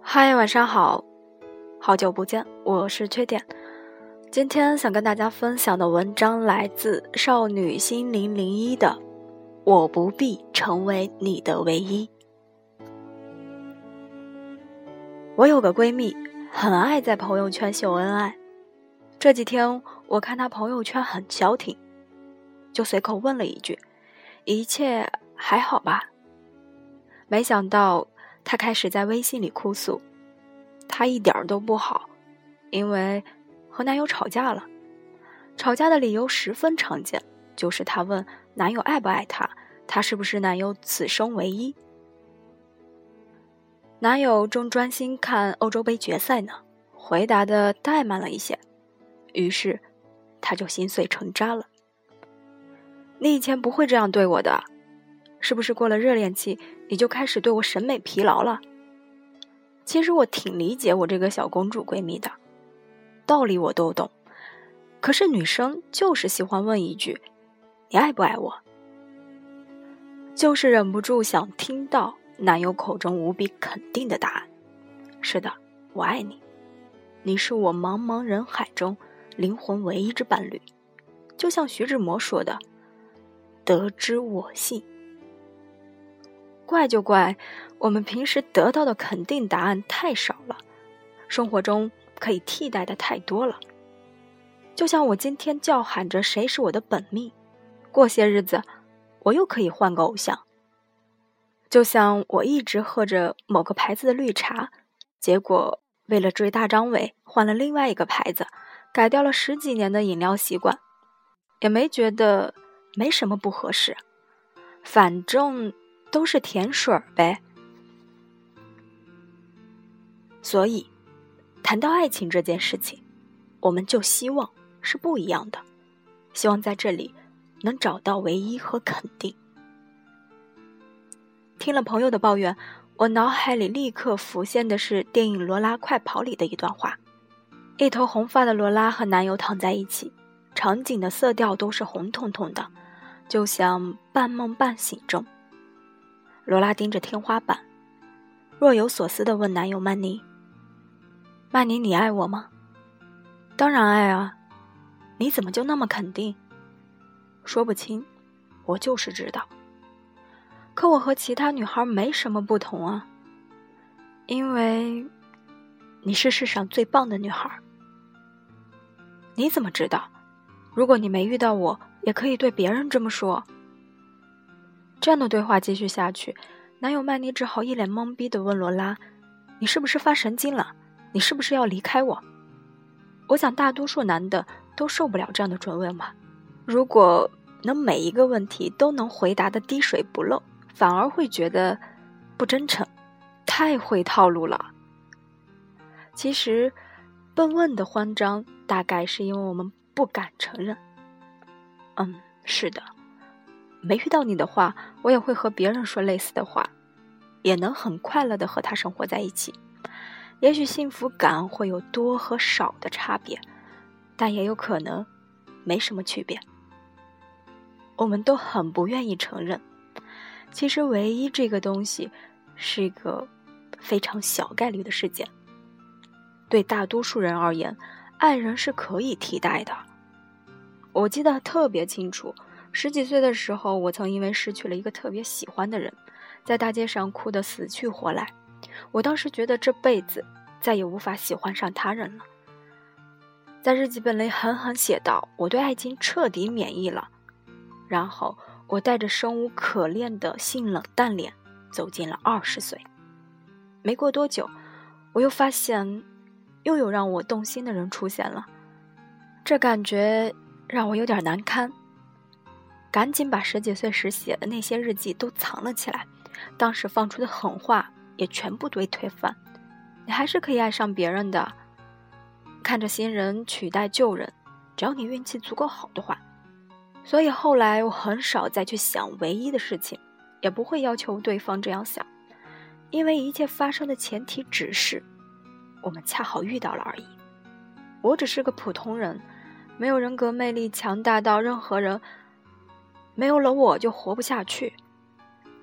嗨，晚上好，好久不见，我是缺点。今天想跟大家分享的文章来自少女心灵01的我不必成为你的唯一。我有个闺蜜，很爱在朋友圈秀恩爱。这几天我看她朋友圈很消停，就随口问了一句，一切还好吧？没想到她开始在微信里哭诉，她一点都不好，因为和男友吵架了。吵架的理由十分常见，就是她问男友爱不爱她，她是不是男友此生唯一。男友正专心看欧洲杯决赛呢，回答的怠慢了一些，于是她就心碎成渣了。你以前不会这样对我的，是不是过了热恋期你就开始对我审美疲劳了？其实我挺理解我这个小公主闺蜜的，道理我都懂，可是女生就是喜欢问一句你爱不爱我，就是忍不住想听到男友口中无比肯定的答案。是的，我爱你，你是我茫茫人海中灵魂唯一之伴侣，就像徐志摩说的，得之我幸。怪就怪我们平时得到的肯定答案太少了，生活中可以替代的太多了。就像我今天叫喊着谁是我的本命，过些日子我又可以换个偶像。就像我一直喝着某个牌子的绿茶，结果为了追大张伟换了另外一个牌子，改掉了10几年的饮料习惯，也没觉得没什么不合适，反正都是甜水呗。所以谈到爱情这件事情，我们就希望是不一样的，希望在这里能找到唯一和肯定。听了朋友的抱怨，我脑海里立刻浮现的是电影《罗拉快跑》里的一段话。一头红发的罗拉和男友躺在一起，场景的色调都是红彤彤的，就像半梦半醒中。罗拉盯着天花板，若有所思地问男友曼妮，曼妮，你爱我吗？当然爱啊，你怎么就那么肯定？说不清，我就是知道。可我和其他女孩没什么不同啊，因为你是世上最棒的女孩。你怎么知道？如果你没遇到我，也可以对别人这么说。这样的对话继续下去，男友曼妮只好一脸懵逼地问罗拉，你是不是发神经了？你是不是要离开我？我想大多数男的都受不了这样的追问吧。如果能每一个问题都能回答得滴水不漏，反而会觉得不真诚，太会套路了。其实被问的慌张大概是因为我们不敢承认。是的，没遇到你的话，我也会和别人说类似的话，也能很快乐地和他生活在一起。也许幸福感会有多和少的差别，但也有可能没什么区别。我们都很不愿意承认，其实唯一这个东西是一个非常小概率的事件。对大多数人而言，爱人是可以替代的。我记得特别清楚，10几岁的时候，我曾因为失去了一个特别喜欢的人，在大街上哭得死去活来。我当时觉得这辈子再也无法喜欢上他人了。在日记本里狠狠写道，我对爱情彻底免疫了。然后我带着生无可恋的性冷淡脸走进了20岁。没过多久，我又发现又有让我动心的人出现了，这感觉让我有点难堪，赶紧把10几岁时写的那些日记都藏了起来，当时放出的狠话也全部被推翻。你还是可以爱上别人的，看着新人取代旧人，只要你运气足够好的话。所以后来我很少再去想唯一的事情，也不会要求对方这样想，因为一切发生的前提只是我们恰好遇到了而已。我只是个普通人，没有人格魅力强大到任何人没有了我就活不下去。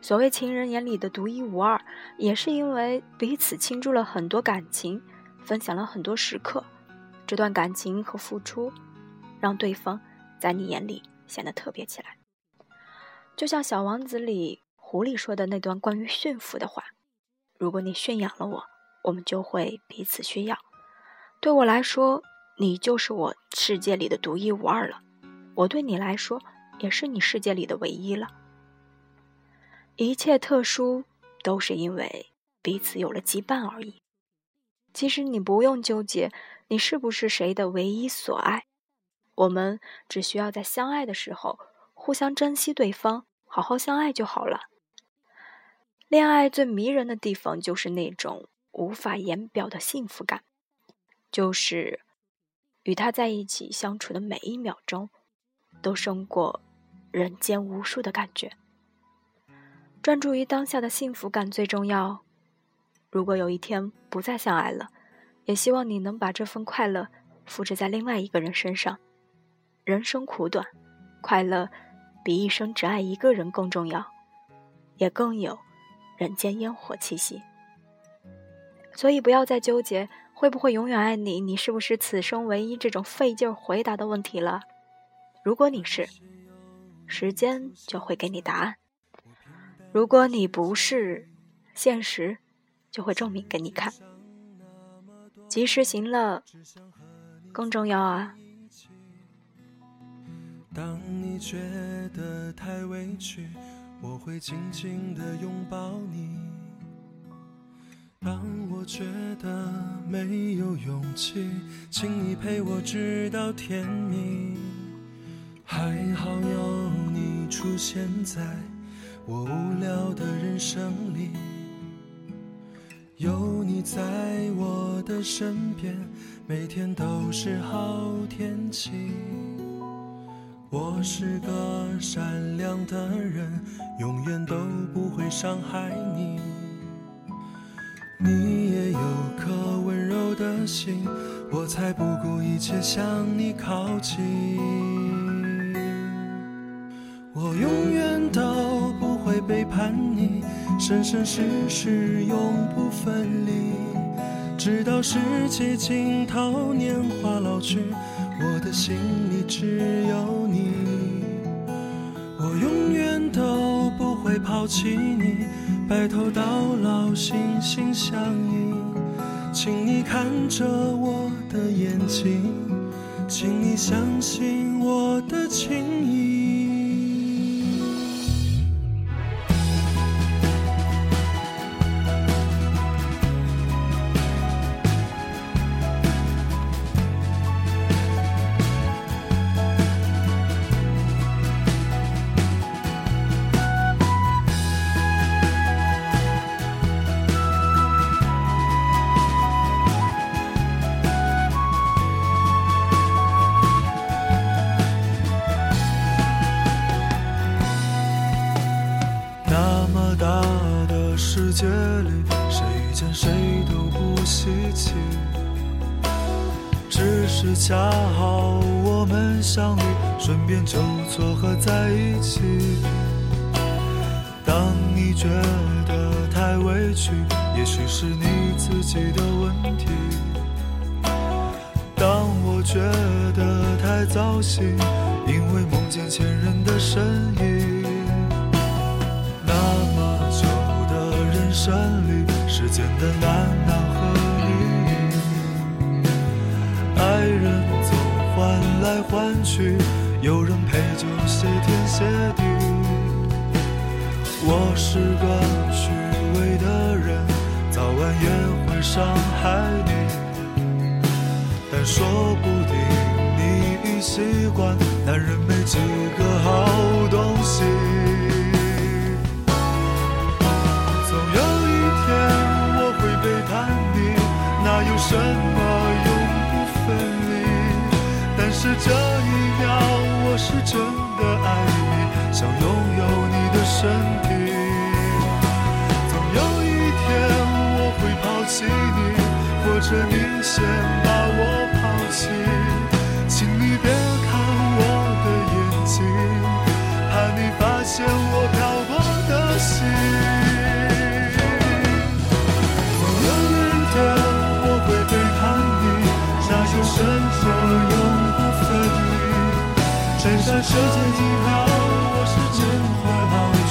所谓情人眼里的独一无二，也是因为彼此倾注了很多感情，分享了很多时刻，这段感情和付出让对方在你眼里显得特别起来。就像小王子里狐狸说的那段关于驯服的话，如果你驯养了我，我们就会彼此需要。对我来说，你就是我世界里的独一无二了，我对你来说也是你世界里的唯一了。一切特殊都是因为彼此有了羁绊而已。其实你不用纠结你是不是谁的唯一所爱，我们只需要在相爱的时候互相珍惜对方，好好相爱就好了。恋爱最迷人的地方就是那种无法言表的幸福感，就是与他在一起相处的每一秒钟都胜过人间无数的感觉。专注于当下的幸福感最重要。如果有一天不再相爱了，也希望你能把这份快乐复制在另外一个人身上。人生苦短，快乐比一生只爱一个人更重要，也更有人间烟火气息。所以不要再纠结会不会永远爱你，你是不是此生唯一这种费劲回答的问题了。如果你是，时间就会给你答案；如果你不是，现实就会证明给你看。及时行乐更重要啊。 当你觉得太委屈，我会紧紧地拥抱你。当我觉得没有勇气，请你陪我直到天明。还好有你出现在我无聊的人生里，有你在我的身边，每天都是好天气。我是个善良的人，永远都不会伤害你。你也有颗温柔的心，我才不顾一切向你靠近。我永远都不会背叛你，生生世世永不分离，直到世界尽头，年华老去，我的心里只有你。我永远都不会抛弃你，白头到老，心心相印。请你看着我的眼睛，请你相信我的情意。世界里，谁遇见谁都不稀奇，只是恰好我们相遇，顺便就撮合在一起。当你觉得太委屈，也许是你自己的问题。当我觉得太糟心，因为梦见前任的身影。那么久人生里，世间的难难和离，爱人总换来换去，有人陪就谢天谢地。我是个虚伪的人，早晚也会伤害你，但说不定你已习惯男人没几个好东西。哪有什么永不分离？但是这一秒我是真的爱你，想拥有你的身体。总有一天我会抛弃你，或者你先把我抛弃。请你别看我的眼睛，怕你发现山山世界尽头，我是真火老